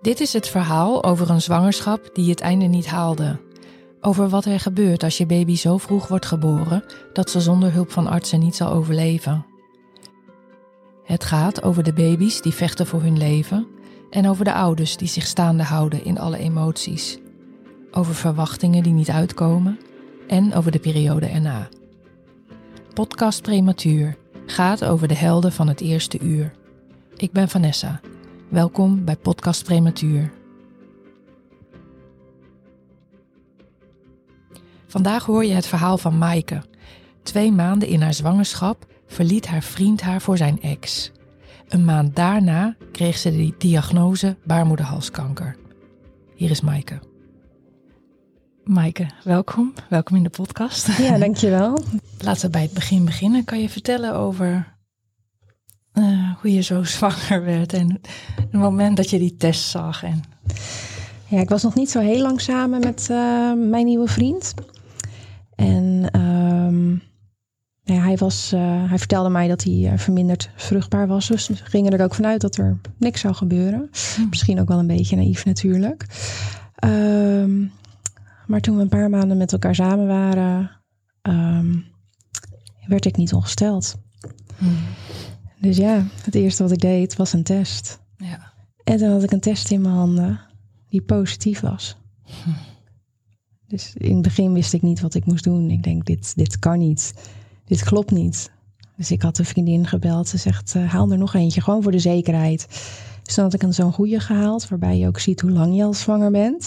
Dit is het verhaal over een zwangerschap die het einde niet haalde. Over wat er gebeurt als je baby zo vroeg wordt geboren dat ze zonder hulp van artsen niet zal overleven. Het gaat over de baby's die vechten voor hun leven en over de ouders die zich staande houden in alle emoties. Over verwachtingen die niet uitkomen en over de periode erna. Podcast Prematuur gaat over de helden van het eerste uur. Ik ben Vanessa. Welkom bij Podcast Prematuur. Vandaag hoor je het verhaal van Maaike. 2 maanden in haar zwangerschap verliet haar vriend haar voor zijn ex. Een maand daarna kreeg ze de diagnose baarmoederhalskanker. Hier is Maaike. Maaike, welkom. Welkom in de podcast. Ja, dankjewel. Laten we bij het begin beginnen. Kan je vertellen over hoe je zo zwanger werd en het moment dat je die test zag? Ja, ik was nog niet zo heel lang samen met mijn nieuwe vriend. En hij vertelde mij dat hij verminderd vruchtbaar was. Dus we gingen er ook vanuit dat er niks zou gebeuren. Misschien ook wel een beetje naïef natuurlijk. Maar toen we een paar maanden met elkaar samen waren, werd ik niet ongesteld. Dus ja, het eerste wat ik deed was een test. Ja. En toen had ik een test in mijn handen die positief was. Dus in het begin wist ik niet wat ik moest doen. Ik denk, dit kan niet. Dit klopt niet. Dus ik had een vriendin gebeld. Ze zegt, haal er nog eentje, gewoon voor de zekerheid. Dus dan had ik zo'n goede gehaald, waarbij je ook ziet hoe lang je al zwanger bent.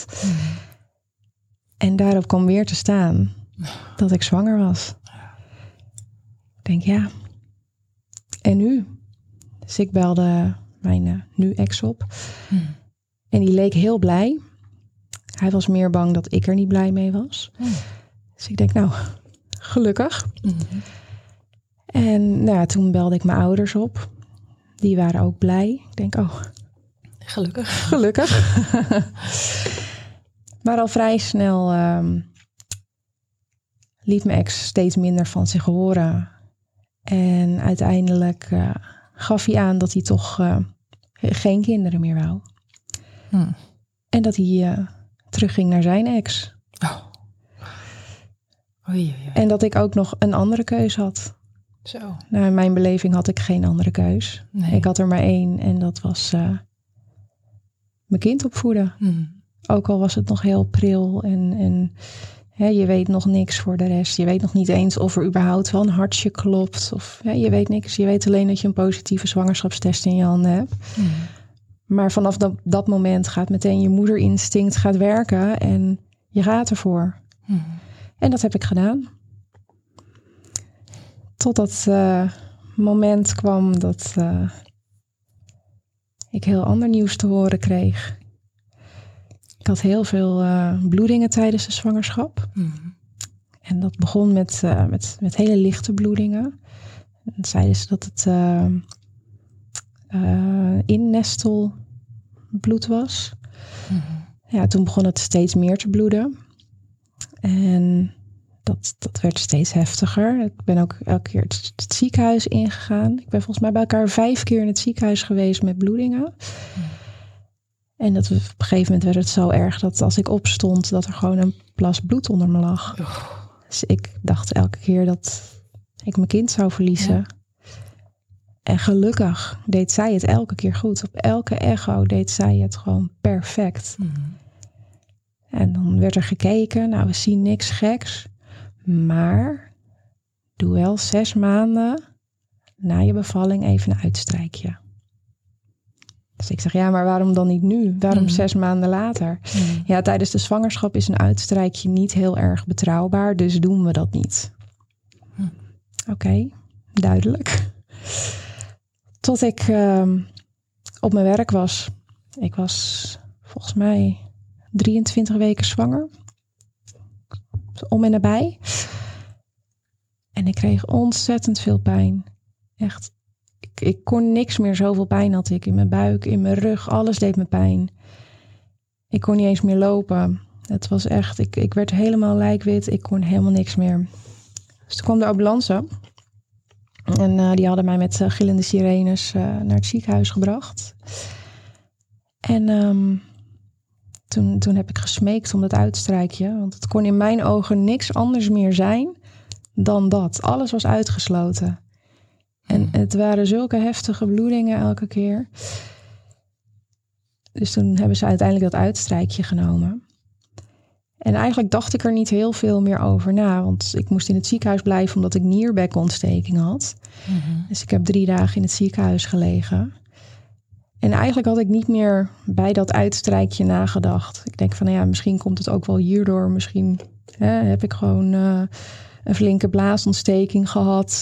En daarop kwam weer te staan dat ik zwanger was. Ik denk, ja. En nu? Dus ik belde mijn nu ex op. En die leek heel blij. Hij was meer bang dat ik er niet blij mee was. Dus ik denk, nou, gelukkig. En toen belde ik mijn ouders op. Die waren ook blij. Ik denk, oh, gelukkig. Maar al vrij snel liet mijn ex steeds minder van zich horen. En uiteindelijk gaf hij aan dat hij toch geen kinderen meer wou. En dat hij terugging naar zijn ex. Oh. Oei. En dat ik ook nog een andere keus had. Zo. Nou, in mijn beleving had ik geen andere keus. Nee. Ik had er maar 1 en dat was mijn kind opvoeden. Ook al was het nog heel pril en je weet nog niks voor de rest. Je weet nog niet eens of er überhaupt wel een hartje klopt. Of je weet niks. Je weet alleen dat je een positieve zwangerschapstest in je handen hebt. Maar vanaf dat moment gaat meteen je moederinstinct gaat werken en je gaat ervoor. En dat heb ik gedaan. Tot dat moment kwam dat ik heel ander nieuws te horen kreeg. Ik had heel veel bloedingen tijdens de zwangerschap. En dat begon met hele lichte bloedingen. En zeiden ze dat het innestelbloed was. Ja, toen begon het steeds meer te bloeden. En dat werd steeds heftiger. Ik ben ook elke keer het ziekenhuis ingegaan. Ik ben volgens mij bij elkaar 5 keer in het ziekenhuis geweest met bloedingen. En dat op een gegeven moment werd het zo erg dat als ik opstond, dat er gewoon een plas bloed onder me lag. Dus ik dacht elke keer dat ik mijn kind zou verliezen. Ja. En gelukkig deed zij het elke keer goed. Op elke echo deed zij het gewoon perfect. En dan werd er gekeken. Nou, we zien niks geks. Maar doe wel 6 maanden na je bevalling even een uitstrijkje. Dus ik zeg, ja, maar waarom dan niet nu? Waarom 6 maanden later? Ja, tijdens de zwangerschap is een uitstrijkje niet heel erg betrouwbaar. Dus doen we dat niet. Oké, duidelijk. Tot ik op mijn werk was. Ik was volgens mij 23 weken zwanger. Om en nabij. En ik kreeg ontzettend veel pijn. Echt. Ik kon niks meer. Zoveel pijn had ik in mijn buik, in mijn rug. Alles deed me pijn. Ik kon niet eens meer lopen. Het was echt. Ik werd helemaal lijkwit. Ik kon helemaal niks meer. Dus toen kwam de ambulance. En die hadden mij met gillende sirenes naar het ziekenhuis gebracht. En toen heb ik gesmeekt om dat uitstrijkje. Want het kon in mijn ogen niks anders meer zijn dan dat. Alles was uitgesloten. En het waren zulke heftige bloedingen elke keer. Dus toen hebben ze uiteindelijk dat uitstrijkje genomen. En eigenlijk dacht ik er niet heel veel meer over na. Want ik moest in het ziekenhuis blijven omdat ik nierbekontsteking had. Dus ik heb 3 dagen in het ziekenhuis gelegen. En eigenlijk had ik niet meer bij dat uitstrijkje nagedacht. Ik denk van, misschien komt het ook wel hierdoor. Misschien heb ik gewoon een flinke blaasontsteking gehad.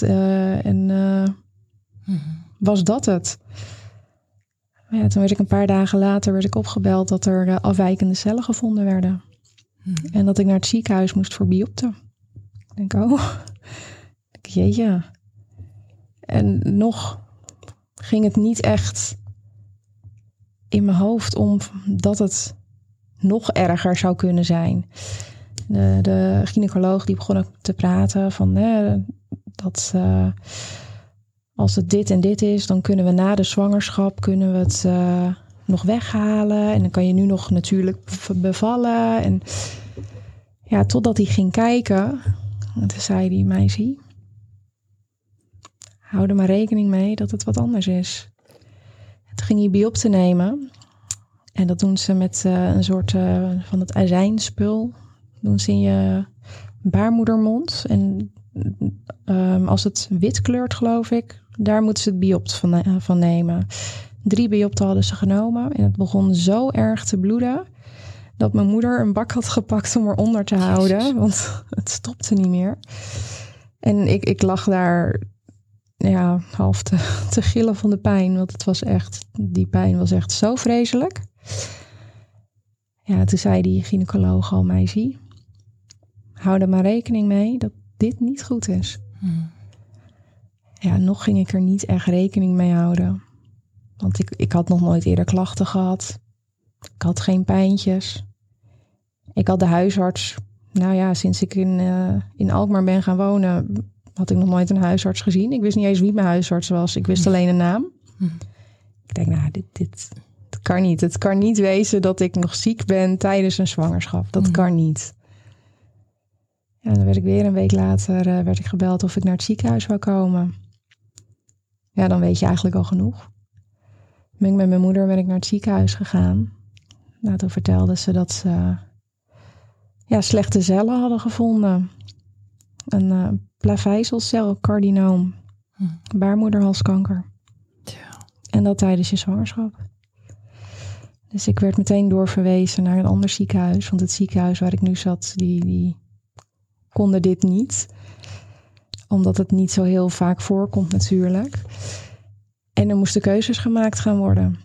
Was dat het? Maar ja, toen werd ik een paar dagen later opgebeld dat er afwijkende cellen gevonden werden. En dat ik naar het ziekenhuis moest voor biopten. Ik denk, jeetje. En nog ging het niet echt in mijn hoofd om dat het nog erger zou kunnen zijn. De gynaecoloog die begon ook te praten van dat als het dit en dit is, dan kunnen we na de zwangerschap het nog weghalen. En dan kan je nu nog natuurlijk bevallen. En ja, totdat hij ging kijken. En toen zei hij, meisje, hou er maar rekening mee dat het wat anders is. En toen ging hij biopsie nemen. En dat doen ze met een soort van het azijnspul. Doen ze in je baarmoedermond. En als het wit kleurt, geloof ik, daar moeten ze het biopt van nemen. 3 biopten hadden ze genomen. En het begon zo erg te bloeden dat mijn moeder een bak had gepakt om eronder te houden. Want het stopte niet meer. En ik lag daar half te gillen van de pijn. Want die pijn was echt zo vreselijk. Ja, toen zei die gynaecoloog al, meisje, hou er maar rekening mee dat dit niet goed is. Ja, nog ging ik er niet echt rekening mee houden. Want ik had nog nooit eerder klachten gehad. Ik had geen pijntjes. Ik had de huisarts. Sinds ik in Alkmaar ben gaan wonen, had ik nog nooit een huisarts gezien. Ik wist niet eens wie mijn huisarts was. Ik wist alleen een naam. Ik denk, dit kan niet. Het kan niet wezen dat ik nog ziek ben tijdens een zwangerschap. Dat kan niet. Ja, dan werd ik weer een week later gebeld of ik naar het ziekenhuis wou komen. Ja, dan weet je eigenlijk al genoeg. Met mijn moeder ben ik naar het ziekenhuis gegaan. Nou, toen vertelde ze dat ze slechte cellen hadden gevonden. Een plavezelcelcarcinoom. Baarmoederhalskanker. En dat tijdens je zwangerschap. Dus ik werd meteen doorverwezen naar een ander ziekenhuis. Want het ziekenhuis waar ik nu zat, die konden dit niet. Omdat het niet zo heel vaak voorkomt natuurlijk. En er moesten keuzes gemaakt gaan worden.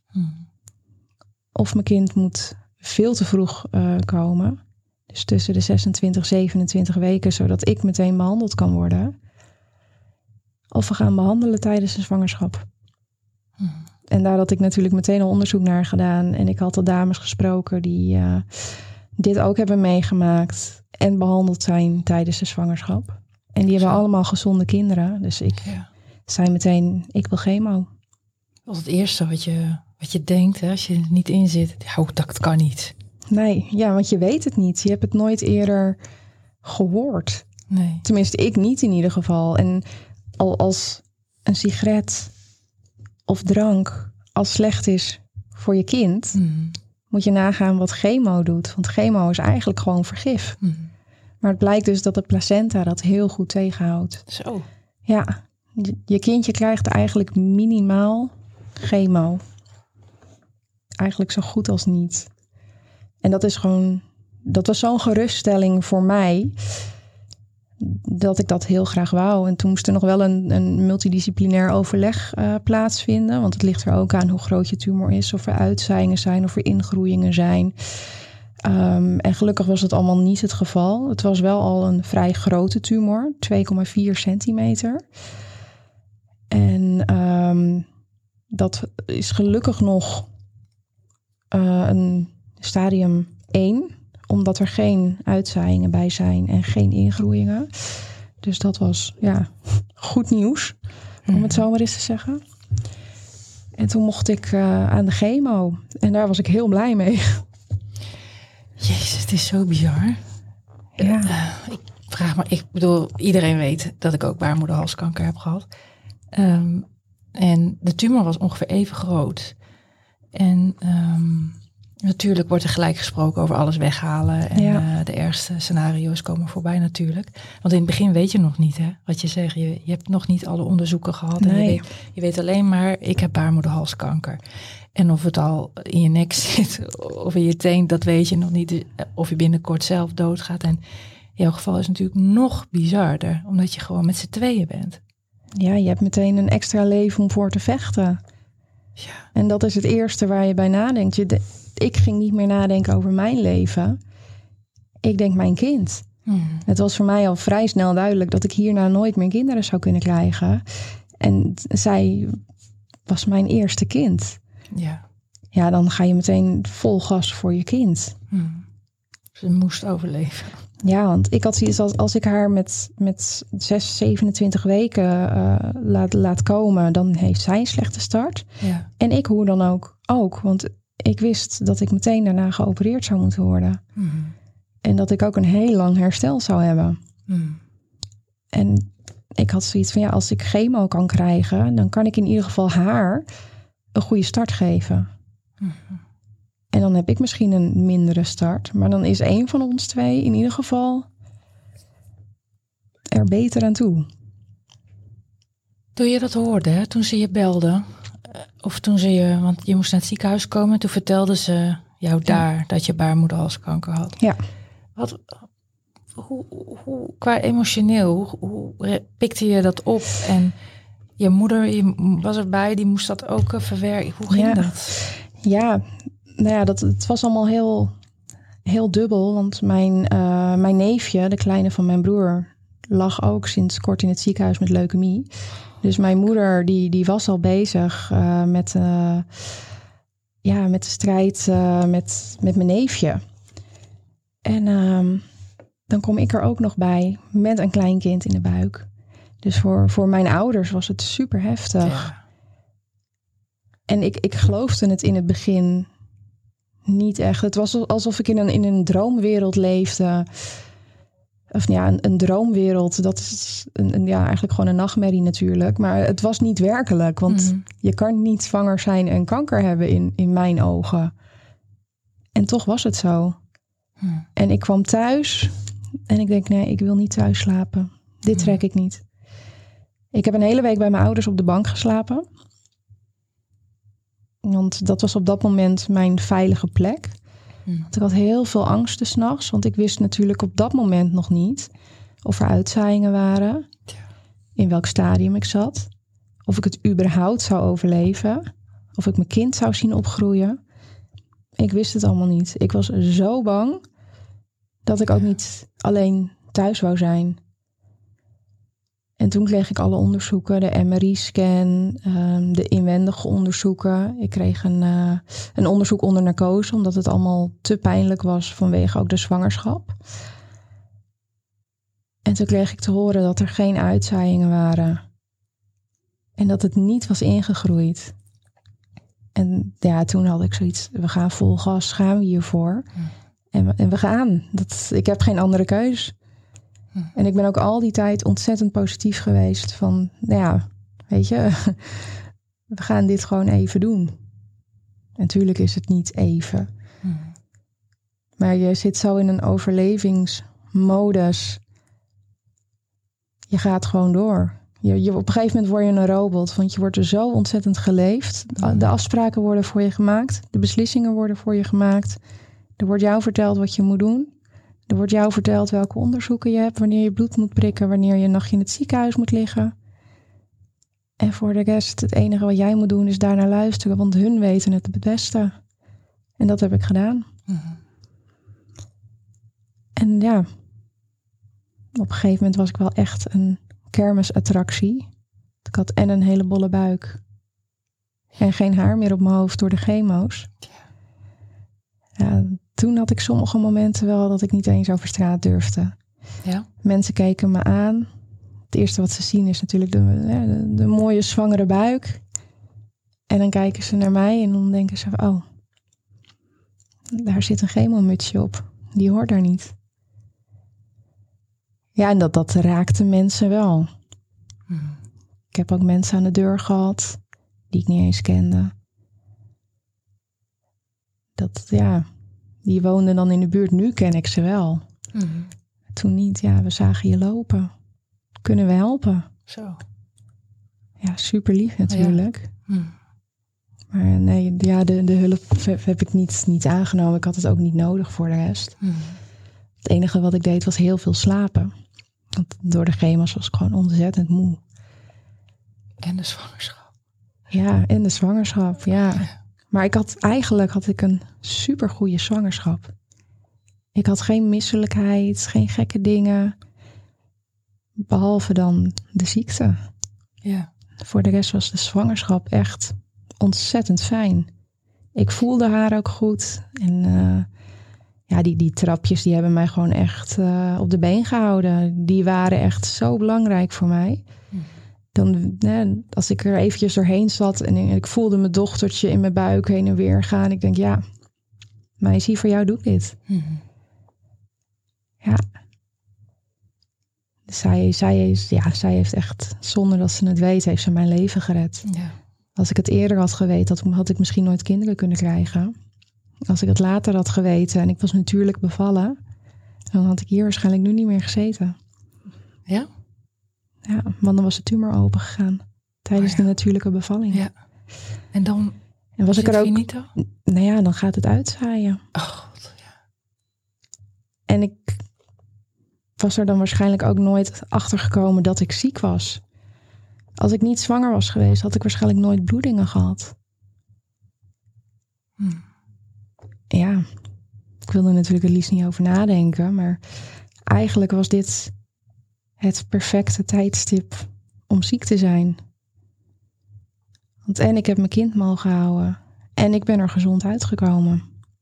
Of mijn kind moet veel te vroeg komen. Dus tussen de 26, 27 weken. Zodat ik meteen behandeld kan worden. Of we gaan behandelen tijdens een zwangerschap. En daar had ik natuurlijk meteen al onderzoek naar gedaan. En ik had al dames gesproken die dit ook hebben meegemaakt. En behandeld zijn tijdens de zwangerschap. En die hebben allemaal gezonde kinderen. Dus ik zei meteen, ik wil chemo. Dat is het eerste wat je denkt, hè, als je er niet in zit. Dat kan niet. Nee, want je weet het niet. Je hebt het nooit eerder gehoord. Nee. Tenminste, ik niet in ieder geval. En als een sigaret of drank als slecht is voor je kind, moet je nagaan wat chemo doet. Want chemo is eigenlijk gewoon vergif. Maar het blijkt dus dat de placenta dat heel goed tegenhoudt. Zo. Ja, je kindje krijgt eigenlijk minimaal chemo. Eigenlijk zo goed als niet. En dat was zo'n geruststelling voor mij, dat ik dat heel graag wou. En toen moest er nog wel een multidisciplinair overleg plaatsvinden. Want het ligt er ook aan hoe groot je tumor is. Of er uitzaaiingen zijn, of er ingroeiingen zijn. En gelukkig was dat allemaal niet het geval. Het was wel al een vrij grote tumor. 2,4 centimeter. En dat is gelukkig nog een stadium 1. Omdat er geen uitzaaiingen bij zijn en geen ingroeiingen. Dus dat was goed nieuws. Om het zo maar eens te zeggen. En toen mocht ik aan de chemo. En daar was ik heel blij mee. Jezus, het is zo bizar. Ja. Ik bedoel, iedereen weet dat ik ook baarmoederhalskanker heb gehad. En de tumor was ongeveer even groot. En natuurlijk wordt er gelijk gesproken over alles weghalen. En de ergste scenario's komen voorbij natuurlijk. Want in het begin weet je nog niet, hè, wat je zegt. Je hebt nog niet alle onderzoeken gehad. Nee. En je weet alleen maar, ik heb baarmoederhalskanker. En of het al in je nek zit of in je teen, dat weet je nog niet. Of je binnenkort zelf doodgaat. En in jouw geval is het natuurlijk nog bizarder. Omdat je gewoon met z'n tweeën bent. Ja, je hebt meteen een extra leven om voor te vechten. Ja. En dat is het eerste waar je bij nadenkt. Ik ging niet meer nadenken over mijn leven. Ik denk mijn kind. Het was voor mij al vrij snel duidelijk dat ik hierna nooit meer kinderen zou kunnen krijgen. En zij was mijn eerste kind. Ja. Ja, dan ga je meteen vol gas voor je kind. Ze moest overleven. Ja, want ik had zoiets als ik haar met 27 weken laat komen, dan heeft zij een slechte start. Ja. En ik hoe dan ook. Want ik wist dat ik meteen daarna geopereerd zou moeten worden. En dat ik ook een heel lang herstel zou hebben. En ik had zoiets van, als ik chemo kan krijgen, dan kan ik in ieder geval haar een goede start geven. En dan heb ik misschien een mindere start. Maar dan is één van ons twee in ieder geval er beter aan toe. Toen je dat hoorde, hè, toen ze je belde, of toen want je moest naar het ziekenhuis komen, toen vertelden ze jou daar dat je baarmoederhalskanker had. Ja. Hoe qua emotioneel, hoe pikte je dat op? En je moeder was erbij, die moest dat ook verwerken. Hoe ging dat? Ja, het was allemaal heel, heel dubbel. Want mijn neefje, de kleine van mijn broer, lag ook sinds kort in het ziekenhuis met leukemie. Dus mijn moeder die was al bezig met de strijd met mijn neefje. En dan kom ik er ook nog bij met een klein kind in de buik. Dus voor mijn ouders was het super heftig. Ja. En ik geloofde het in het begin niet echt. Het was alsof ik in een droomwereld leefde. Of een droomwereld, dat is eigenlijk gewoon een nachtmerrie natuurlijk. Maar het was niet werkelijk, want je kan niet zwanger zijn en kanker hebben in mijn ogen. En toch was het zo. En ik kwam thuis en ik denk, nee, ik wil niet thuis slapen. Dit trek ik niet. Ik heb een hele week bij mijn ouders op de bank geslapen. Want dat was op dat moment mijn veilige plek. Want ik had heel veel angsten 's nachts. Want ik wist natuurlijk op dat moment nog niet of er uitzaaiingen waren. In welk stadium ik zat. Of ik het überhaupt zou overleven. Of ik mijn kind zou zien opgroeien. Ik wist het allemaal niet. Ik was zo bang dat ik ook niet alleen thuis wou zijn. En toen kreeg ik alle onderzoeken, de MRI-scan, de inwendige onderzoeken. Ik kreeg een onderzoek onder narcose, omdat het allemaal te pijnlijk was vanwege ook de zwangerschap. En toen kreeg ik te horen dat er geen uitzaaiingen waren. En dat het niet was ingegroeid. En toen had ik zoiets, we gaan vol gas, gaan we hiervoor. En we gaan. Ik heb geen andere keus. En ik ben ook al die tijd ontzettend positief geweest. Van, weet je, we gaan dit gewoon even doen. En natuurlijk is het niet even. Maar je zit zo in een overlevingsmodus. Je gaat gewoon door. Op een gegeven moment word je een robot. Want je wordt er zo ontzettend geleefd. De afspraken worden voor je gemaakt. De beslissingen worden voor je gemaakt. Er wordt jou verteld wat je moet doen. Er wordt jou verteld welke onderzoeken je hebt, wanneer je bloed moet prikken, wanneer je een nachtje in het ziekenhuis moet liggen. En voor de rest, het enige wat jij moet doen is daarnaar luisteren, want hun weten het beste. En dat heb ik gedaan. En op een gegeven moment was ik wel echt een kermisattractie. Ik had en een hele bolle buik en geen haar meer op mijn hoofd door de chemo's. Ja, toen had ik sommige momenten wel dat ik niet eens over straat durfde. Ja. Mensen keken me aan. Het eerste wat ze zien is natuurlijk de mooie zwangere buik. En dan kijken ze naar mij en dan denken ze, oh, daar zit een chemomutsje op. Die hoort daar niet. Ja, en dat raakte mensen wel. Ik heb ook mensen aan de deur gehad die ik niet eens kende. Die woonden dan in de buurt. Nu ken ik ze wel. Toen niet. Ja, we zagen je lopen. Kunnen we helpen? Zo. Ja, super lief natuurlijk. Ja. Maar nee, ja, de hulp heb ik niet aangenomen. Ik had het ook niet nodig voor de rest. Het enige wat ik deed was heel veel slapen. Want door de chemo's was ik gewoon ontzettend moe. En de zwangerschap. Ja, en de zwangerschap, ja. Maar eigenlijk had ik een supergoeie zwangerschap. Ik had geen misselijkheid, geen gekke dingen. Behalve dan de ziekte. Ja. Voor de rest was de zwangerschap echt ontzettend fijn. Ik voelde haar ook goed. En die trapjes die hebben mij gewoon echt op de been gehouden. Die waren echt zo belangrijk voor mij. Dan, als ik er eventjes doorheen zat en ik voelde mijn dochtertje in mijn buik heen en weer gaan. Ik denk, ja, meisje, voor jou doe ik dit. Ja. Zij heeft echt, zonder dat ze het weet, heeft ze mijn leven gered. Ja. Als ik het eerder had geweten, had ik misschien nooit kinderen kunnen krijgen. Als ik het later had geweten en ik was natuurlijk bevallen, dan had ik hier waarschijnlijk nu niet meer gezeten. Ja? Ja, want dan was de tumor open gegaan tijdens de natuurlijke bevalling. Ja. En dan was ik er ook. Finito? Nou ja, dan gaat het uitzaaien. Oh god, ja. En ik was er dan waarschijnlijk ook nooit achter gekomen dat ik ziek was. Als ik niet zwanger was geweest, had ik waarschijnlijk nooit bloedingen gehad. Ja, ik wilde natuurlijk het liefst niet over nadenken, maar eigenlijk was dit het perfecte tijdstip om ziek te zijn. Want en ik heb mijn kind mogen houden en ik ben er gezond uitgekomen.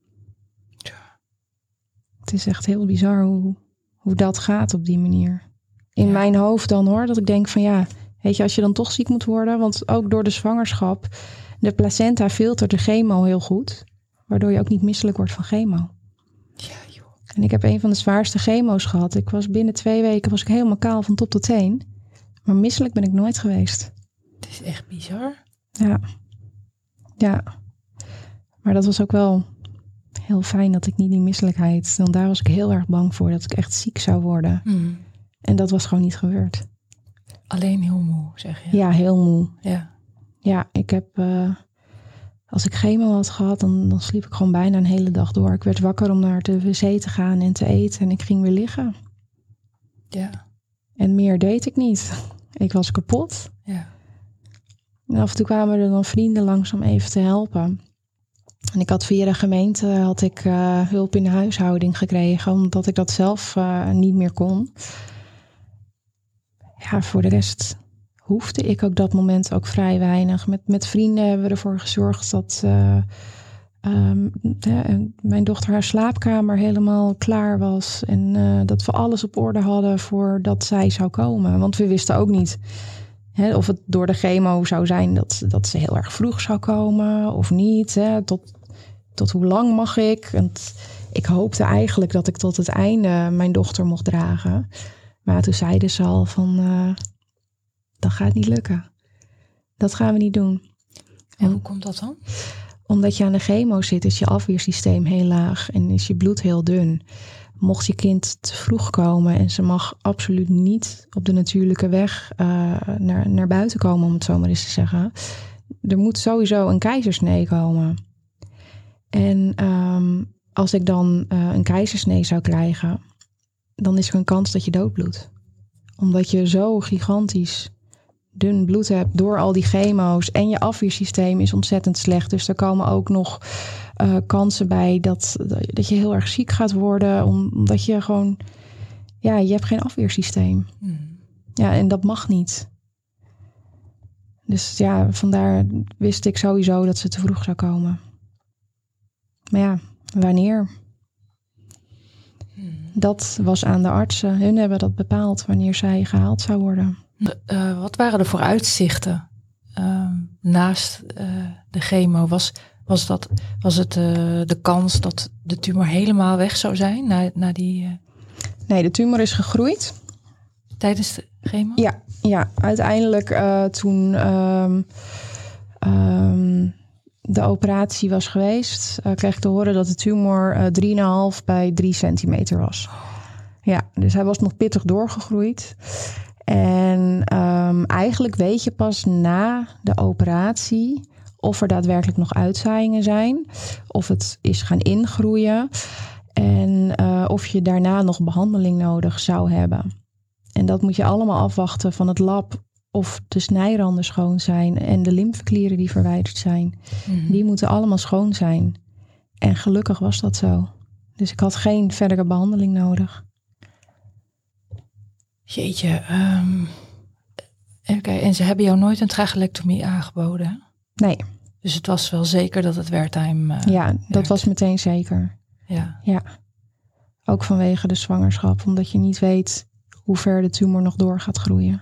Het is echt heel bizar hoe dat gaat op die manier. In mijn hoofd dan hoor, dat ik denk van ja, weet je, als je dan toch ziek moet worden, want ook door de zwangerschap, de placenta filtert de chemo heel goed, waardoor je ook niet misselijk wordt van chemo. Ja, joh. En ik heb een van de zwaarste chemo's gehad. Ik was binnen 2 weken was ik helemaal kaal van top tot teen. Maar misselijk ben ik nooit geweest. Het is echt bizar. Ja. Maar dat was ook wel heel fijn dat ik niet die misselijkheid, want daar was ik heel erg bang voor, dat ik echt ziek zou worden. En dat was gewoon niet gebeurd. Alleen heel moe, zeg je? Ja, heel moe. Ja, ik heb, als ik chemo had gehad, dan sliep ik gewoon bijna een hele dag door. Ik werd wakker om naar de wc te gaan en te eten en ik ging weer liggen. Ja. En meer deed ik niet. Ik was kapot. Ja. En af en toe kwamen er dan vrienden langs om even te helpen. En ik had via de gemeente hulp in de huishouding gekregen, omdat ik dat zelf niet meer kon. Ja, voor de rest hoefde ik op dat moment ook vrij weinig. Met vrienden hebben we ervoor gezorgd dat mijn dochter haar slaapkamer helemaal klaar was. En dat we alles op orde hadden voordat zij zou komen. Want we wisten ook niet of het door de chemo zou zijn dat ze heel erg vroeg zou komen of niet. Tot hoe lang mag ik? Want ik hoopte eigenlijk dat ik tot het einde mijn dochter mocht dragen. Maar toen zeiden ze al van, dat gaat niet lukken. Dat gaan we niet doen. En hoe komt dat dan? Omdat je aan de chemo zit, is je afweersysteem heel laag en is je bloed heel dun. Mocht je kind te vroeg komen en ze mag absoluut niet op de natuurlijke weg naar buiten komen, om het zo maar eens te zeggen. Er moet sowieso een keizersnee komen. En als ik dan een keizersnee zou krijgen, dan is er een kans dat je doodbloedt. Omdat je zo gigantisch dun bloed hebt door al die chemo's en je afweersysteem is ontzettend slecht. Dus er komen ook nog kansen bij dat je heel erg ziek gaat worden, omdat je gewoon, je hebt geen afweersysteem. Ja, en dat mag niet. Dus ja, vandaar wist ik sowieso dat ze te vroeg zou komen. Maar ja, wanneer? Dat was aan de artsen. Hun hebben dat bepaald wanneer zij gehaald zou worden. Wat waren de vooruitzichten? naast de chemo, was het de kans dat de tumor helemaal weg zou zijn na die... Nee, de tumor is gegroeid. Tijdens de chemo? Ja, uiteindelijk toen de operatie was geweest, kreeg ik te horen dat de tumor 3,5 bij 3 centimeter was. Ja, dus hij was nog pittig doorgegroeid. En eigenlijk weet je pas na de operatie of er daadwerkelijk nog uitzaaiingen zijn, of het is gaan ingroeien en of je daarna nog behandeling nodig zou hebben. En dat moet je allemaal afwachten van het lab of de snijranden schoon zijn en de lymfeklieren die verwijderd zijn. Mm-hmm. Die moeten allemaal schoon zijn. En gelukkig was dat zo. Dus ik had geen verdere behandeling nodig. Jeetje. Okay. En ze hebben jou nooit een trachelectomie aangeboden? Nee. Dus het was wel zeker dat het Wertheim... ja, dat was meteen zeker. Ja. Ook vanwege de zwangerschap. Omdat je niet weet hoe ver de tumor nog door gaat groeien.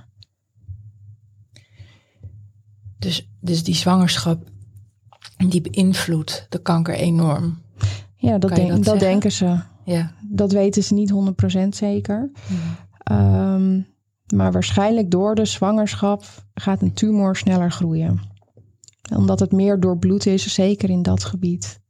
Dus die zwangerschap, die beïnvloedt de kanker enorm. Ja, dat denken ze. Ja. Dat weten ze niet 100% zeker. Maar waarschijnlijk door de zwangerschap gaat een tumor sneller groeien. Omdat het meer doorbloed is, zeker in dat gebied.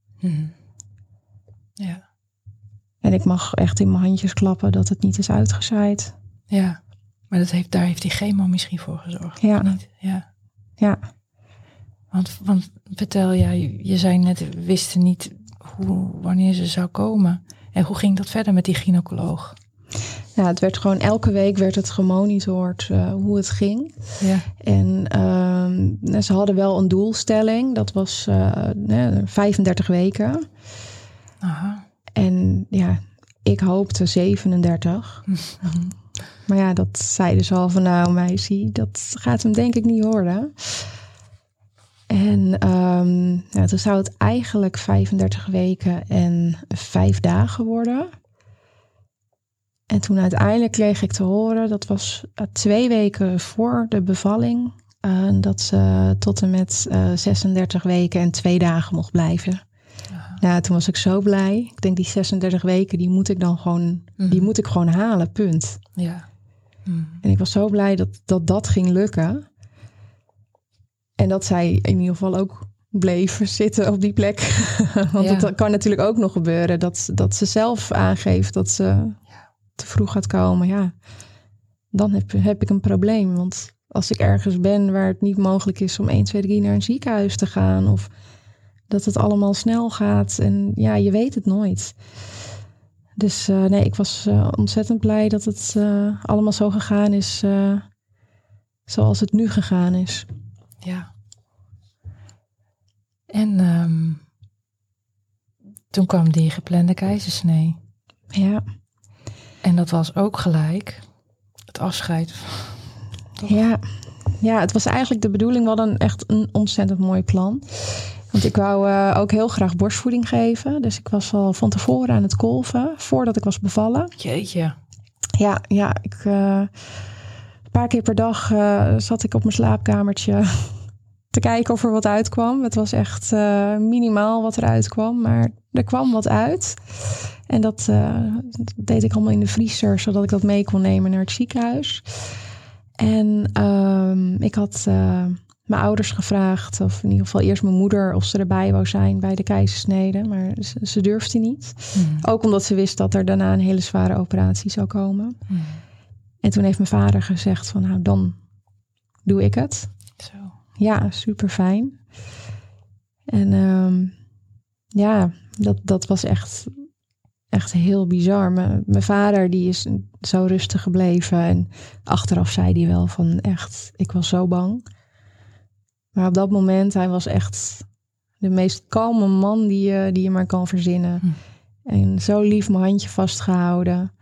Ja. En ik mag echt in mijn handjes klappen dat het niet is uitgezaaid. Ja, maar daar heeft die chemo misschien voor gezorgd. Ja. Niet? Ja. Want vertel, je zei net, we wisten niet wanneer ze zou komen. En hoe ging dat verder met die gynaecoloog? Ja, het werd gewoon elke week werd het gemonitord hoe het ging. Ja. En ze hadden wel een doelstelling. Dat was 35 weken. Aha. En ja, ik hoopte 37. Maar ja, dat zeiden ze al van nou meisje, dat gaat hem denk ik niet worden. En toen zou het eigenlijk 35 weken en 5 dagen worden. En toen uiteindelijk kreeg ik te horen, dat was 2 weken voor de bevalling, dat ze tot en met 36 weken en 2 dagen mocht blijven. Nou, toen was ik zo blij. Ik denk die 36 weken, die moet ik dan gewoon, die moet ik gewoon halen, punt. Ja. En ik was zo blij dat ging lukken. En dat zij in ieder geval ook bleef zitten op die plek. Want het kan natuurlijk ook nog gebeuren dat ze zelf aangeeft dat ze te vroeg gaat komen. Ja, dan heb ik een probleem. Want als ik ergens ben waar het niet mogelijk is om 1, 2, 3 naar een ziekenhuis te gaan, of dat het allemaal snel gaat. En ja, je weet het nooit. Dus ik was ontzettend blij dat het allemaal zo gegaan is zoals het nu gegaan is. Ja. En toen kwam die geplande keizersnee. Ja. En dat was ook gelijk het afscheid. Toch? Ja, het was eigenlijk de bedoeling. We hadden echt een ontzettend mooi plan. Want ik wou ook heel graag borstvoeding geven. Dus ik was al van tevoren aan het kolven, voordat ik was bevallen. Jeetje. Ja, een paar keer per dag zat ik op mijn slaapkamertje te kijken of er wat uitkwam. Het was echt minimaal wat eruit kwam, maar er kwam wat uit. En dat deed ik allemaal in de vriezer, zodat ik dat mee kon nemen naar het ziekenhuis. En ik had mijn ouders gevraagd, of in ieder geval eerst mijn moeder, of ze erbij wou zijn bij de keizersnede. Maar ze durfde niet. Ook omdat ze wist dat er daarna een hele zware operatie zou komen. En toen heeft mijn vader gezegd van nou, dan doe ik het. Zo. Ja, super fijn. En dat was echt heel bizar. Mijn vader die is zo rustig gebleven. En achteraf zei hij wel van echt, ik was zo bang. Maar op dat moment, hij was echt de meest kalme man die je maar kan verzinnen. En zo lief mijn handje vastgehouden.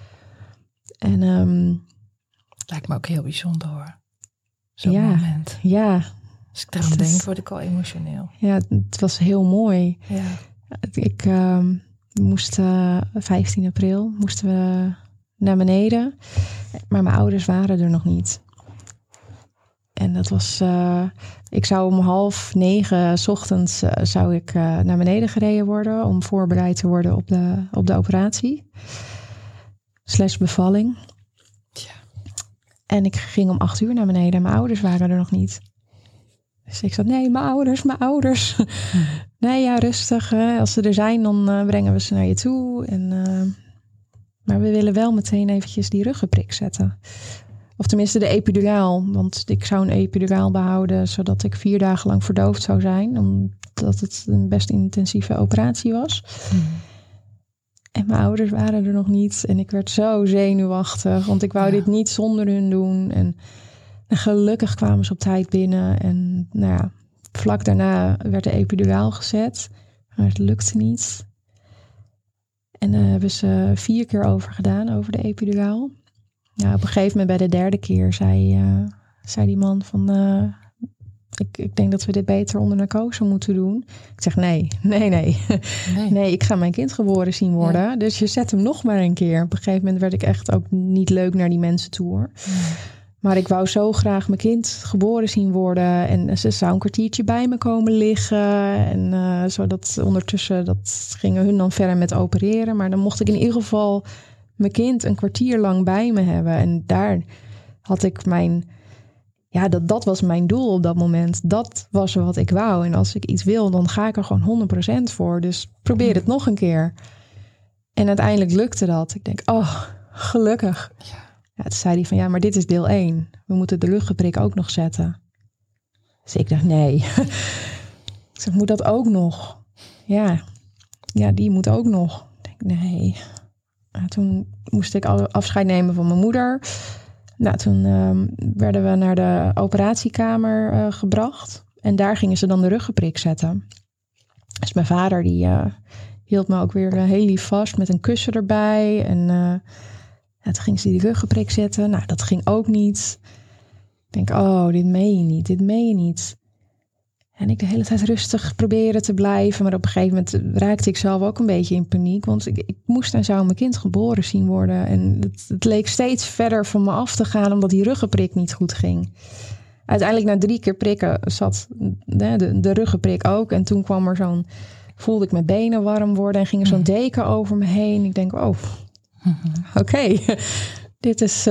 En lijkt me ook heel bijzonder hoor. Zo'n moment. Ja. Als ik daaraan denk, word ik al emotioneel. Ja, het was heel mooi. Ja. Ik moest 15 april moesten we naar beneden. Maar mijn ouders waren er nog niet. En dat was... ik zou om 8:30 's ochtends zou ik naar beneden gereden worden... om voorbereid te worden op de operatie. / bevalling. Ja. En ik ging om 8:00 naar beneden en mijn ouders waren er nog niet. Dus ik zei, nee, mijn ouders. Nee, ja, rustig. Hè. Als ze er zijn, dan brengen we ze naar je toe. Maar we willen wel meteen eventjes die ruggenprik zetten. Of tenminste de epiduraal. Want ik zou een epiduraal behouden, zodat ik 4 dagen lang verdoofd zou zijn. Omdat het een best intensieve operatie was. En mijn ouders waren er nog niet. En ik werd zo zenuwachtig. Want ik wou dit niet zonder hun doen. En gelukkig kwamen ze op tijd binnen. En nou ja, vlak daarna werd de epiduraal gezet. Maar het lukte niet. En daar hebben ze 4 keer over gedaan, over de epiduraal. Nou, op een gegeven moment bij de 3e keer zei die man van... Ik denk dat we dit beter onder narcose moeten doen. Ik zeg nee. Nee, ik ga mijn kind geboren zien worden. Ja. Dus je zet hem nog maar een keer. Op een gegeven moment werd ik echt ook niet leuk naar die mensen toe, hoor. Ja. Maar ik wou zo graag mijn kind geboren zien worden. En ze zou een kwartiertje bij me komen liggen. En zodat ondertussen, dat gingen hun dan verder met opereren. Maar dan mocht ik in ieder geval mijn kind een kwartier lang bij me hebben. En daar had ik dat was mijn doel op dat moment. Dat was wat ik wou. En als ik iets wil, dan ga ik er gewoon 100% voor. Dus probeer het nog een keer. En uiteindelijk lukte dat. Ik denk, gelukkig. Ja, toen zei hij van, maar dit is deel 1. We moeten de ruggenprik ook nog zetten. Dus ik dacht, nee. Ik zeg, moet dat ook nog? Ja, die moet ook nog. Ik denk, nee. Toen moest ik afscheid nemen van mijn moeder. Nou, toen werden we naar de operatiekamer gebracht. En daar gingen ze dan de ruggenprik zetten. Dus mijn vader die hield me ook weer heel lief vast met een kussen erbij. En toen ging ze die ruggenprik zetten. Nou, dat ging ook niet. Ik denk, dit meen je niet. En ik de hele tijd rustig proberen te blijven. Maar op een gegeven moment raakte ik zelf ook een beetje in paniek. Want ik moest en zou mijn kind geboren zien worden. En het leek steeds verder van me af te gaan, omdat die ruggenprik niet goed ging. Uiteindelijk na 3 keer prikken zat de ruggenprik ook. En toen kwam er voelde ik mijn benen warm worden. En ging er zo'n deken over me heen. Ik denk, oké, dit is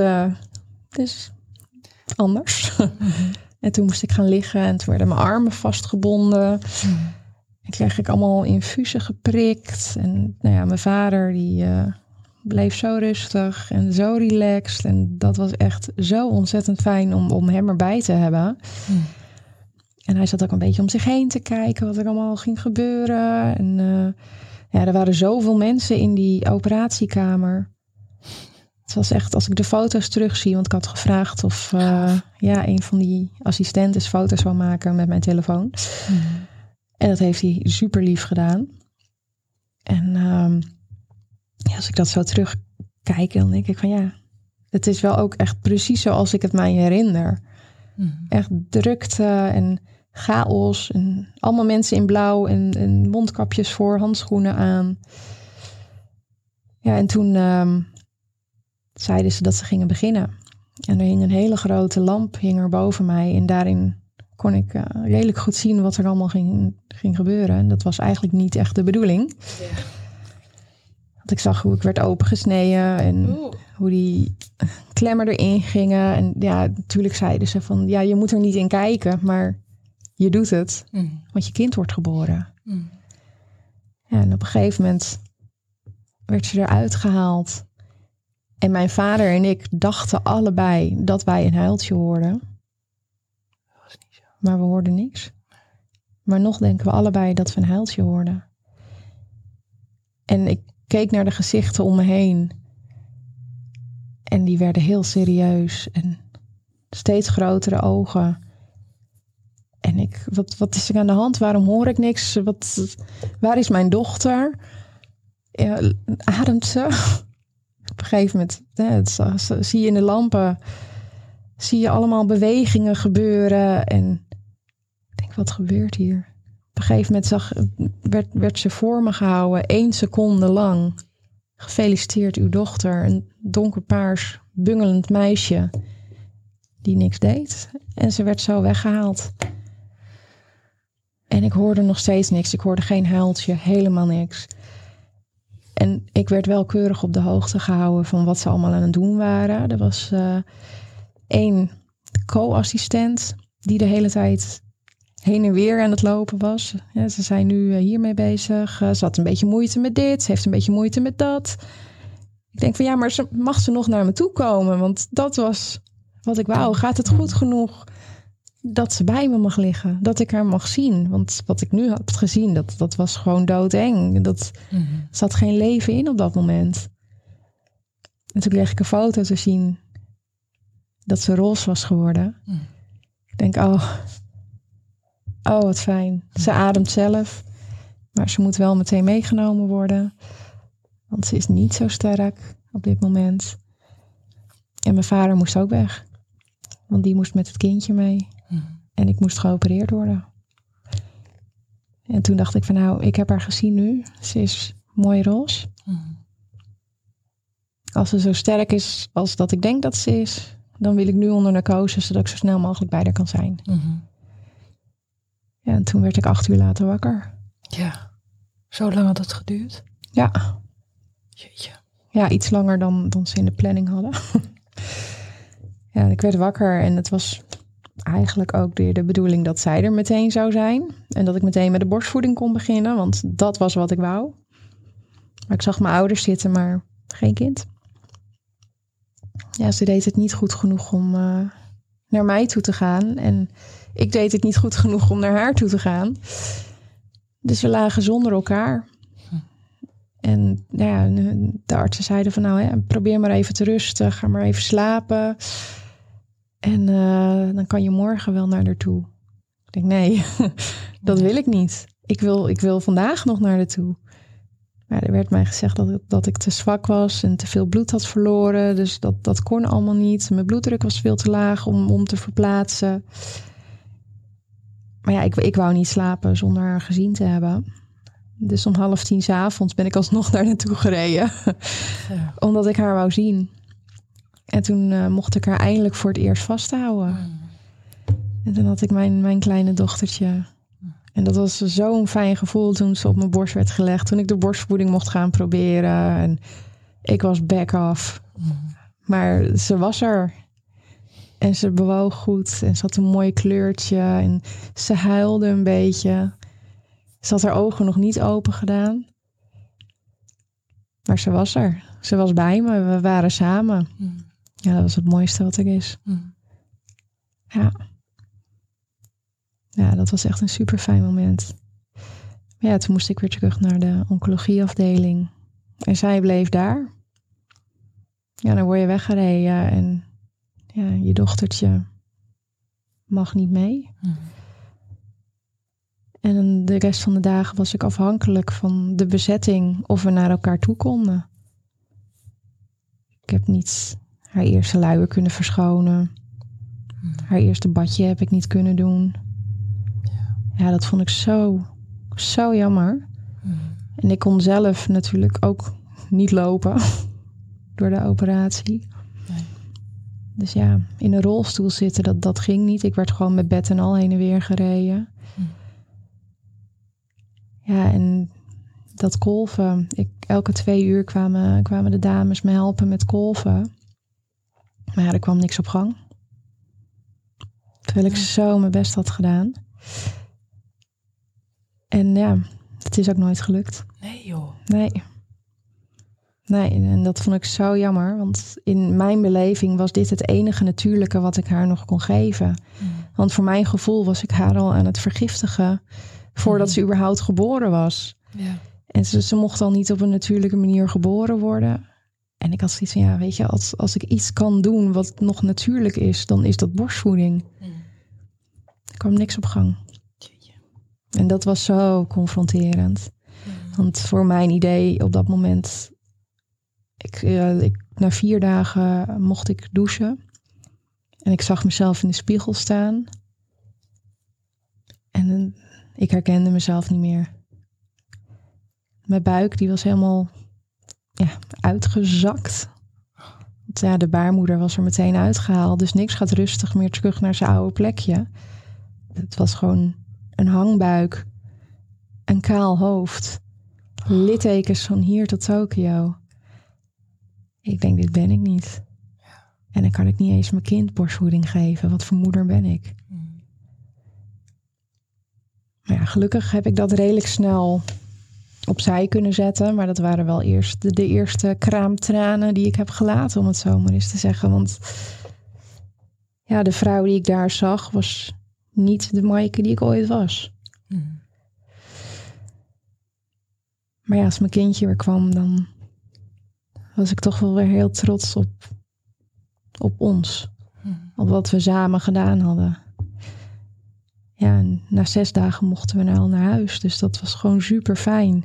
anders. En toen moest ik gaan liggen en toen werden mijn armen vastgebonden. En kreeg ik allemaal infusen geprikt. En mijn vader die bleef zo rustig en zo relaxed. En dat was echt zo ontzettend fijn om hem erbij te hebben. En hij zat ook een beetje om zich heen te kijken wat er allemaal ging gebeuren. En er waren zoveel mensen in die operatiekamer. Het was echt, als ik de foto's terugzie, want ik had gevraagd of een van die assistenten foto's wou maken met mijn telefoon. En dat heeft hij super lief gedaan. En als ik dat zo terugkijk, dan denk ik van het is wel ook echt precies zoals ik het mij herinner. Echt drukte en chaos en allemaal mensen in blauw en mondkapjes voor, handschoenen aan. Ja, en toen zeiden ze dat ze gingen beginnen. En er hing een hele grote lamp er boven mij. En daarin kon ik redelijk goed zien wat er allemaal ging gebeuren. En dat was eigenlijk niet echt de bedoeling. Ja. Want ik zag hoe ik werd opengesneden en hoe die klemmen erin gingen. En natuurlijk zeiden ze van, je moet er niet in kijken, maar je doet het. Want je kind wordt geboren. Ja, en op een gegeven moment werd ze eruit gehaald. En mijn vader en ik dachten allebei dat wij een huiltje hoorden. Dat was niet zo. Maar we hoorden niks. Maar nog denken we allebei dat we een huiltje hoorden. En ik keek naar de gezichten om me heen. En die werden heel serieus. En steeds grotere ogen. En wat is er aan de hand? Waarom hoor ik niks? Waar is mijn dochter? Ademt ze? Op een gegeven moment zie je in de lampen, zie je allemaal bewegingen gebeuren. En ik denk, wat gebeurt hier? Op een gegeven moment werd ze voor me gehouden, 1 seconde lang. Gefeliciteerd uw dochter, een donkerpaars, bungelend meisje. die niks deed. En ze werd zo weggehaald. En ik hoorde nog steeds niks. Ik hoorde geen huiltje, helemaal niks. En ik werd wel keurig op de hoogte gehouden van wat ze allemaal aan het doen waren. Er was 1 co-assistent die de hele tijd heen en weer aan het lopen was. Ja, ze zijn nu hiermee bezig. Ze had een beetje moeite met dit. Ze heeft een beetje moeite met dat. Ik denk van ja, maar mag ze nog naar me toe komen? Want dat was wat ik wou. Gaat het goed genoeg dat ze bij me mag liggen? Dat ik haar mag zien? Want wat ik nu had gezien, dat was gewoon doodeng. Dat zat geen leven in op dat moment. En toen kreeg ik een foto te zien dat ze roze was geworden. Ik denk, oh wat fijn. Ze ademt zelf. Maar ze moet wel meteen meegenomen worden. Want ze is niet zo sterk op dit moment. En mijn vader moest ook weg. Want die moest met het kindje mee. En ik moest geopereerd worden. En toen dacht ik van nou, ik heb haar gezien nu. Ze is mooi roze. Als ze zo sterk is als dat ik denk dat ze is, dan wil ik nu onder narcose, zodat ik zo snel mogelijk bij haar kan zijn. Ja, en toen werd ik 8 uur later wakker. Ja, zo lang had het geduurd? Ja. Jeetje. Ja, iets langer dan ze in de planning hadden. Ja, ik werd wakker en het was eigenlijk ook weer de bedoeling dat zij er meteen zou zijn. En dat ik meteen met de borstvoeding kon beginnen, want dat was wat ik wou. Maar ik zag mijn ouders zitten, maar geen kind. Ja, ze deed het niet goed genoeg om naar mij toe te gaan. En ik deed het niet goed genoeg om naar haar toe te gaan. Dus we lagen zonder elkaar. En ja, de artsen zeiden van nou, probeer maar even te rusten. Ga maar even slapen. En dan kan je morgen wel naar haar toe. Ik denk nee, dat wil ik niet. Ik wil vandaag nog naar haar toe. Maar er werd mij gezegd dat ik te zwak was en te veel bloed had verloren. Dus dat kon allemaal niet. Mijn bloeddruk was veel te laag om te verplaatsen. Maar ja, ik wou niet slapen zonder haar gezien te hebben. Dus om 9:30 'avonds ben ik alsnog daar naartoe gereden. Ja. Omdat ik haar wou zien. En toen mocht ik haar eindelijk voor het eerst vasthouden. En toen had ik mijn kleine dochtertje. En dat was zo'n fijn gevoel toen ze op mijn borst werd gelegd. Toen ik de borstvoeding mocht gaan proberen. En ik was back off. Maar ze was er. En ze bewoog goed. En ze had een mooi kleurtje. En ze huilde een beetje. Ze had haar ogen nog niet open gedaan. Maar ze was er. Ze was bij me. We waren samen. Ja, dat was het mooiste wat er is. Ja. Ja, dat was echt een super fijn moment. Ja, toen moest ik weer terug naar de oncologieafdeling. En zij bleef daar. Ja, dan word je weggereden. En ja, je dochtertje mag niet mee. En de rest van de dagen was ik afhankelijk van de bezetting of we naar elkaar toe konden. Ik heb niet haar eerste luier kunnen verschonen. Haar eerste badje heb ik niet kunnen doen. Ja, dat vond ik zo jammer. En ik kon zelf natuurlijk ook niet lopen door de operatie. Nee. Dus ja, in een rolstoel zitten, dat ging niet. Ik werd gewoon met bed en al heen en weer gereden. Ja, en dat kolven. Elke 2 uur kwamen de dames me helpen met kolven. Maar ja, er kwam niks op gang. Terwijl ik zo mijn best had gedaan. En ja, het is ook nooit gelukt. Nee joh. Nee, en dat vond ik zo jammer. Want in mijn beleving was dit het enige natuurlijke wat ik haar nog kon geven. Want voor mijn gevoel was ik haar al aan het vergiftigen voordat ze überhaupt geboren was. Ja. En ze mocht al niet op een natuurlijke manier geboren worden. En ik had zoiets van, ja, weet je, als ik iets kan doen wat nog natuurlijk is, dan is dat borstvoeding. Er kwam niks op gang. En dat was zo confronterend. Want voor mijn idee op dat moment, na 4 dagen mocht ik douchen. En ik zag mezelf in de spiegel staan. En ik herkende mezelf niet meer. Mijn buik die was helemaal uitgezakt. Want ja, de baarmoeder was er meteen uitgehaald. Dus niks gaat rustig meer terug naar zijn oude plekje. Het was gewoon een hangbuik. Een kaal hoofd. Littekens van hier tot Tokio. Ik denk, dit ben ik niet. En dan kan ik niet eens mijn kind borstvoeding geven. Wat voor moeder ben ik? Maar ja, gelukkig heb ik dat redelijk snel opzij kunnen zetten. Maar dat waren wel eerst de eerste kraamtranen die ik heb gelaten, om het zo maar eens te zeggen. Want ja, de vrouw die ik daar zag was niet de Maaike die ik ooit was. Maar ja, als mijn kindje weer kwam, dan was ik toch wel weer heel trots op ons. Op wat we samen gedaan hadden. Ja, en na 6 dagen mochten we al naar huis. Dus dat was gewoon super fijn.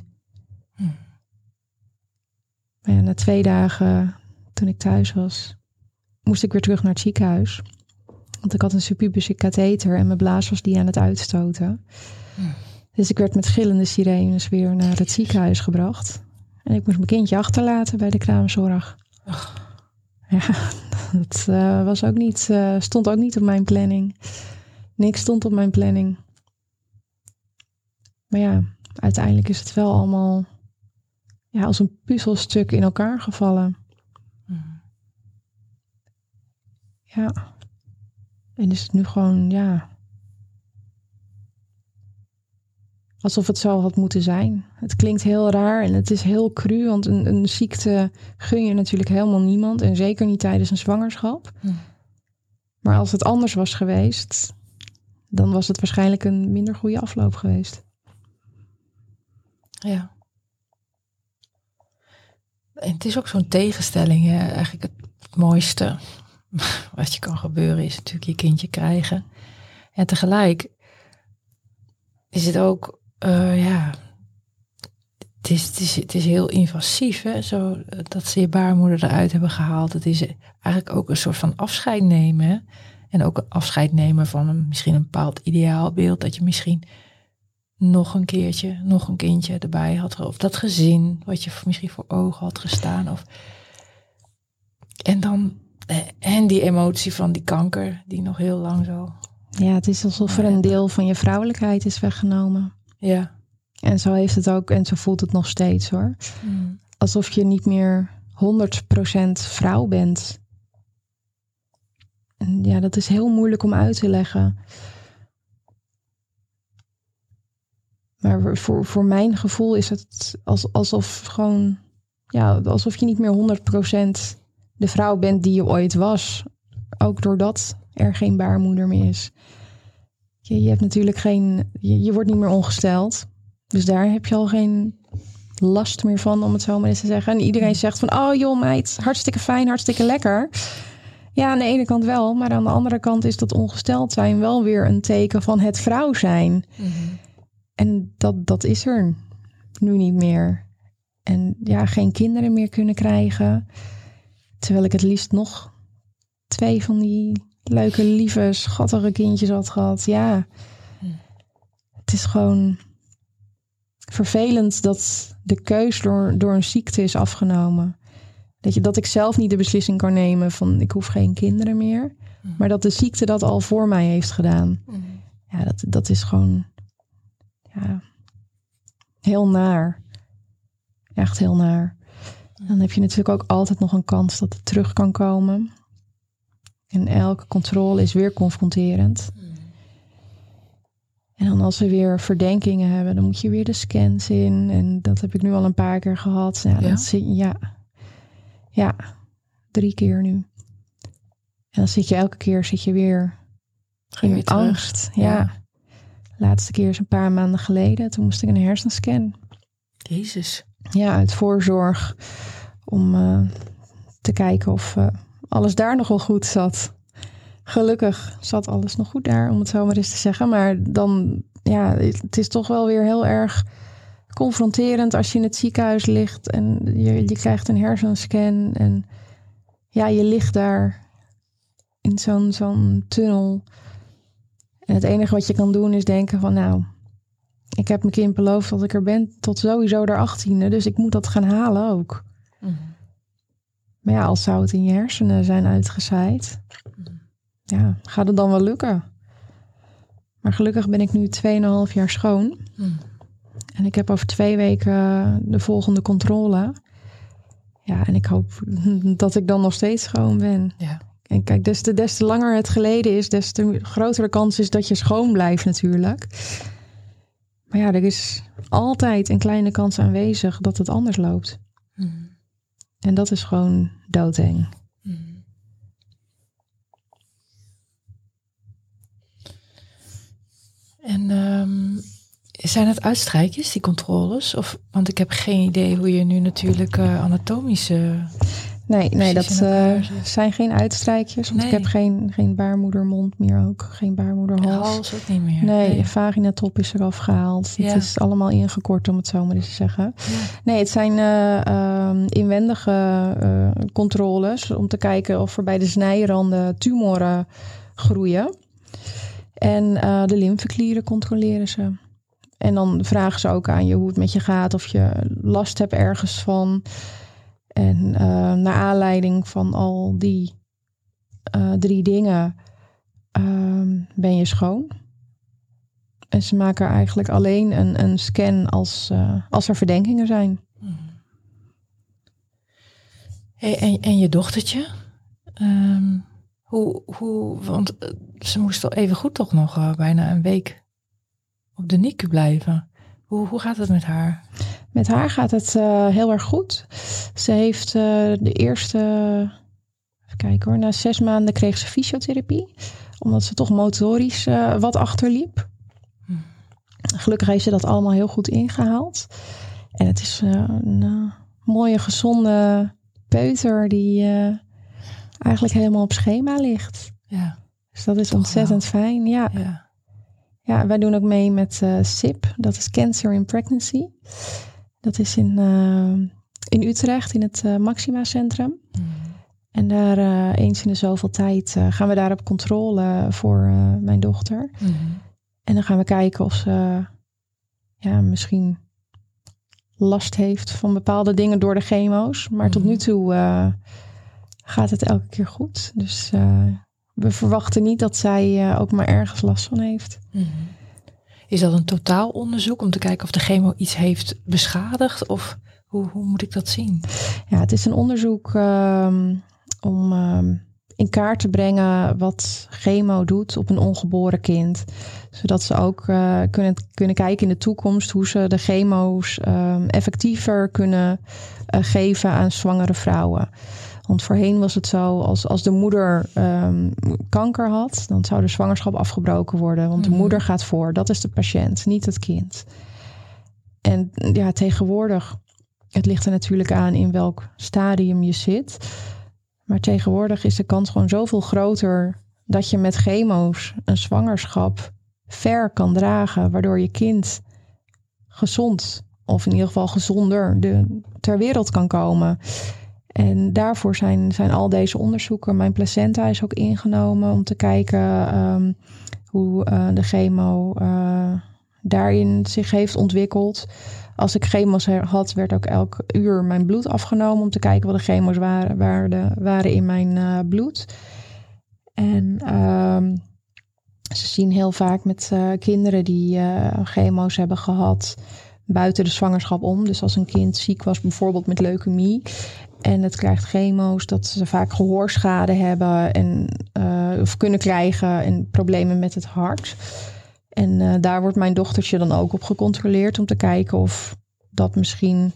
Maar ja, na 2 dagen, toen ik thuis was, moest ik weer terug naar het ziekenhuis. Want ik had een subbubische katheter en mijn blaas was die aan het uitstoten. Dus ik werd met gillende sirenes weer naar het ziekenhuis gebracht. En ik moest mijn kindje achterlaten bij de kraamzorg. Ja, dat was ook niet, stond ook niet op mijn planning. Niks stond op mijn planning. Maar ja, uiteindelijk is het wel allemaal als een puzzelstuk in elkaar gevallen. Ja. En is het nu gewoon, alsof het zo had moeten zijn. Het klinkt heel raar en het is heel cru, want een ziekte gun je natuurlijk helemaal niemand. En zeker niet tijdens een zwangerschap. Maar als het anders was geweest, dan was het waarschijnlijk een minder goede afloop geweest. Ja. En het is ook zo'n tegenstelling. Hè? Eigenlijk het mooiste wat je kan gebeuren is natuurlijk je kindje krijgen. En tegelijk is het ook, het is heel invasief. Hè? Zo, dat ze je baarmoeder eruit hebben gehaald. Het is eigenlijk ook een soort van afscheid nemen. Hè? En ook een afscheid nemen van misschien een bepaald ideaalbeeld. Dat je misschien nog een kindje erbij had. Of dat gezin wat je misschien voor ogen had gestaan. En die emotie van die kanker die nog heel lang zo. Ja, het is alsof er een deel van je vrouwelijkheid is weggenomen. Ja. En zo heeft het ook, en zo voelt het nog steeds hoor. Alsof je niet meer 100% vrouw bent. En ja, dat is heel moeilijk om uit te leggen. Maar voor mijn gevoel is het alsof gewoon, alsof je niet meer 100% de vrouw bent die je ooit was. Ook doordat er geen baarmoeder meer is. Je hebt natuurlijk je wordt niet meer ongesteld. Dus daar heb je al geen last meer van, om het zo maar eens te zeggen. En iedereen zegt van, oh joh meid, hartstikke fijn, hartstikke lekker. Ja, aan de ene kant wel. Maar aan de andere kant is dat ongesteld zijn wel weer een teken van het vrouw zijn. En dat is er nu niet meer. En geen kinderen meer kunnen krijgen. Terwijl ik het liefst nog 2 van die leuke, lieve, schattige kindjes had gehad. Ja, het is gewoon vervelend dat de keus door een ziekte is afgenomen. Dat ik zelf niet de beslissing kan nemen van ik hoef geen kinderen meer. Maar dat de ziekte dat al voor mij heeft gedaan. Ja, dat is gewoon heel naar. Echt heel naar. Dan heb je natuurlijk ook altijd nog een kans dat het terug kan komen. En elke controle is weer confronterend. En dan als we weer verdenkingen hebben, dan moet je weer de scans in. En dat heb ik nu al een paar keer gehad. Ja, 3 keer nu. En dan zit je elke keer weer in angst. Ja. Laatste keer is een paar maanden geleden. Toen moest ik een hersenscan. Jezus. Ja, uit voorzorg. Om te kijken of alles daar nog wel goed zat. Gelukkig zat alles nog goed daar, om het zo maar eens te zeggen. Maar dan, het is toch wel weer heel erg confronterend als je in het ziekenhuis ligt en je krijgt een hersenscan. En je ligt daar in zo'n tunnel. En het enige wat je kan doen is denken van ik heb mijn kind beloofd dat ik er ben tot sowieso de 18e. Dus ik moet dat gaan halen ook. Maar ja, als zou het in je hersenen zijn uitgezaaid, ja, gaat het dan wel lukken? Maar gelukkig ben ik nu 2,5 jaar schoon. En ik heb over 2 weken de volgende controle. Ja, en ik hoop dat ik dan nog steeds schoon ben. Ja. En kijk, des te langer het geleden is, des te grotere kans is dat je schoon blijft natuurlijk. Maar ja, er is altijd een kleine kans aanwezig dat het anders loopt. En dat is gewoon doodeng. En zijn het uitstrijkjes, die controles? Want ik heb geen idee hoe je nu natuurlijk anatomische... Nee, dat zijn geen uitstrijkjes. Want ik heb geen baarmoedermond meer ook. Geen baarmoederhals. Hals ook niet meer. Nee, vaginatop is eraf gehaald. Het is allemaal ingekort, om het zo maar eens te zeggen. Ja. Nee, het zijn inwendige controles. Om te kijken of er bij de snijranden tumoren groeien. En de lymfeklieren controleren ze. En dan vragen ze ook aan je hoe het met je gaat. Of je last hebt ergens van. En naar aanleiding van al die 3 dingen ben je schoon. En ze maken eigenlijk alleen een scan als er verdenkingen zijn. Hey, en je dochtertje? Want ze moest al even goed toch nog bijna een week op de NICU blijven. Hoe gaat het met haar? Met haar gaat het heel erg goed. Ze heeft de eerste... Even kijken hoor. Na 6 maanden kreeg ze fysiotherapie. Omdat ze toch motorisch wat achterliep. Gelukkig heeft ze dat allemaal heel goed ingehaald. En het is een mooie, gezonde peuter die eigenlijk helemaal op schema ligt. Ja. Dus dat is toch ontzettend fijn. Ja. Ja, wij doen ook mee met CIP. Dat is Cancer in Pregnancy. Dat is in Utrecht, in het Maxima Centrum. En daar eens in de zoveel tijd gaan we daar op controle voor mijn dochter. En dan gaan we kijken of ze misschien last heeft van bepaalde dingen door de chemo's. Maar tot nu toe gaat het elke keer goed. Dus we verwachten niet dat zij ook maar ergens last van heeft. Is dat een totaalonderzoek om te kijken of de chemo iets heeft beschadigd? Of hoe moet ik dat zien? Ja, het is een onderzoek om in kaart te brengen wat chemo doet op een ongeboren kind. Zodat ze ook kunnen kijken in de toekomst hoe ze de chemo's effectiever kunnen geven aan zwangere vrouwen. Want voorheen was het zo, als de moeder kanker had, dan zou de zwangerschap afgebroken worden. Want de moeder gaat voor, dat is de patiënt, niet het kind. En ja, tegenwoordig, het ligt er natuurlijk aan in welk stadium je zit. Maar tegenwoordig is de kans gewoon zoveel groter dat je met chemo's een zwangerschap ver kan dragen. Waardoor je kind gezond, of in ieder geval gezonder, ter wereld kan komen. En daarvoor zijn al deze onderzoeken. Mijn placenta is ook ingenomen om te kijken hoe de chemo daarin zich heeft ontwikkeld. Als ik chemo's had, werd ook elk uur mijn bloed afgenomen om te kijken wat de chemo's waren in mijn bloed. En ze zien heel vaak met kinderen die chemo's hebben gehad buiten de zwangerschap om. Dus als een kind ziek was, bijvoorbeeld met leukemie en het krijgt chemo's, dat ze vaak gehoorschade hebben of kunnen krijgen en problemen met het hart. En daar wordt mijn dochtertje dan ook op gecontroleerd om te kijken of dat misschien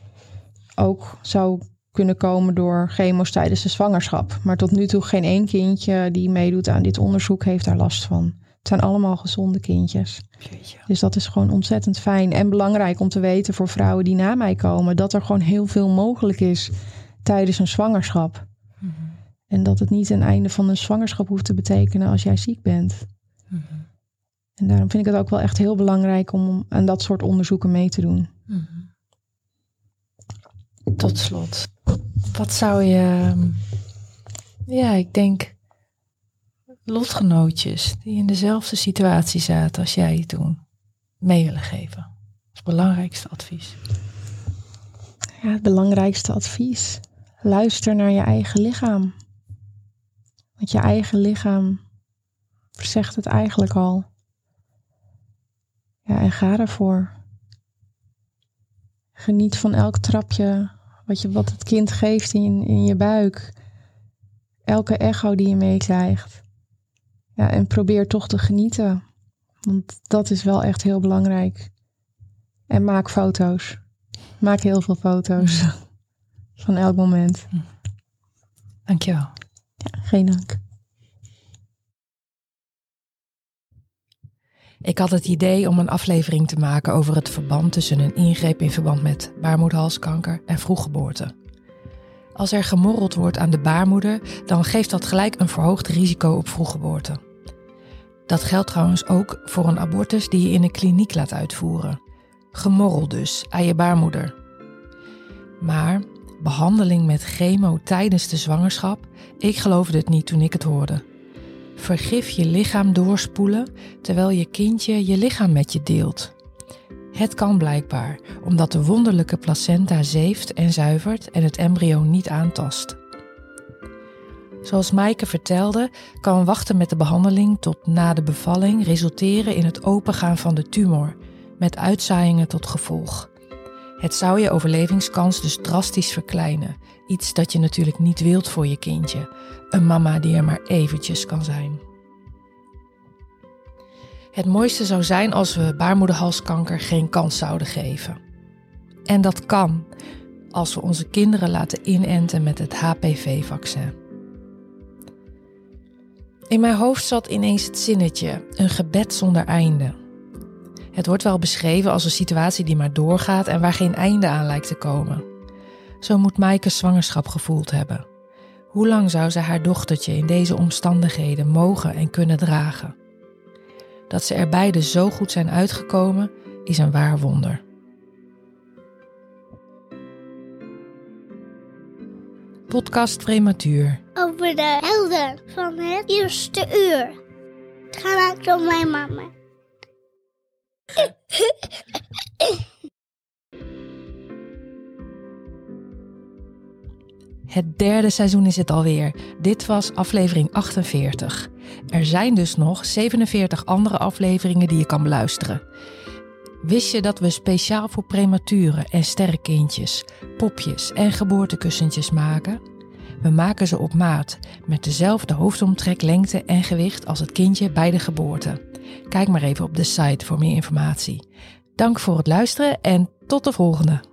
ook zou kunnen komen door chemo's tijdens de zwangerschap. Maar tot nu toe geen 1 kindje die meedoet aan dit onderzoek heeft daar last van. Het zijn allemaal gezonde kindjes. Jeetje. Dus dat is gewoon ontzettend fijn en belangrijk om te weten voor vrouwen die na mij komen, dat er gewoon heel veel mogelijk is tijdens een zwangerschap. En dat het niet een einde van een zwangerschap hoeft te betekenen als jij ziek bent. En daarom vind ik het ook wel echt heel belangrijk om aan dat soort onderzoeken mee te doen. Tot slot, wat zou je, ik denk lotgenootjes die in dezelfde situatie zaten als jij toen mee willen geven? Als belangrijkste advies. Ja, het belangrijkste advies. Luister naar je eigen lichaam. Want je eigen lichaam zegt het eigenlijk al. Ja, en ga ervoor. Geniet van elk trapje wat het kind geeft in je buik. Elke echo die je meekrijgt. Ja, en probeer toch te genieten. Want dat is wel echt heel belangrijk. En maak foto's. Maak heel veel foto's. Van elk moment. Dankjewel. Ja, geen dank. Ik had het idee om een aflevering te maken over het verband tussen een ingreep in verband met baarmoederhalskanker en vroeggeboorte. Als er gemorreld wordt aan de baarmoeder, dan geeft dat gelijk een verhoogd risico op vroeggeboorte. Dat geldt trouwens ook voor een abortus die je in een kliniek laat uitvoeren. Gemorrel dus aan je baarmoeder. Maar behandeling met chemo tijdens de zwangerschap, ik geloofde het niet toen ik het hoorde. Vergif je lichaam doorspoelen terwijl je kindje je lichaam met je deelt. Het kan blijkbaar, omdat de wonderlijke placenta zeeft en zuivert en het embryo niet aantast. Zoals Maaike vertelde, kan wachten met de behandeling tot na de bevalling resulteren in het opengaan van de tumor, met uitzaaiingen tot gevolg. Het zou je overlevingskans dus drastisch verkleinen. Iets dat je natuurlijk niet wilt voor je kindje. Een mama die er maar eventjes kan zijn. Het mooiste zou zijn als we baarmoederhalskanker geen kans zouden geven. En dat kan, als we onze kinderen laten inenten met het HPV-vaccin. In mijn hoofd zat ineens het zinnetje, een gebed zonder einde. Het wordt wel beschreven als een situatie die maar doorgaat en waar geen einde aan lijkt te komen. Zo moet Maaike's zwangerschap gevoeld hebben. Hoe lang zou ze haar dochtertje in deze omstandigheden mogen en kunnen dragen? Dat ze er beide zo goed zijn uitgekomen, is een waar wonder. Podcast Prematuur. Over de helden van het eerste uur. Gemaakt door mijn mama. Het derde seizoen is het alweer. Dit was aflevering 48. Er zijn dus nog 47 andere afleveringen die je kan beluisteren. Wist je dat we speciaal voor prematuren en sterrenkindjes popjes en geboortekussentjes maken? We maken ze op maat, met dezelfde hoofdomtrek, lengte en gewicht als het kindje bij de geboorte. Kijk maar even op de site voor meer informatie. Dank voor het luisteren en tot de volgende!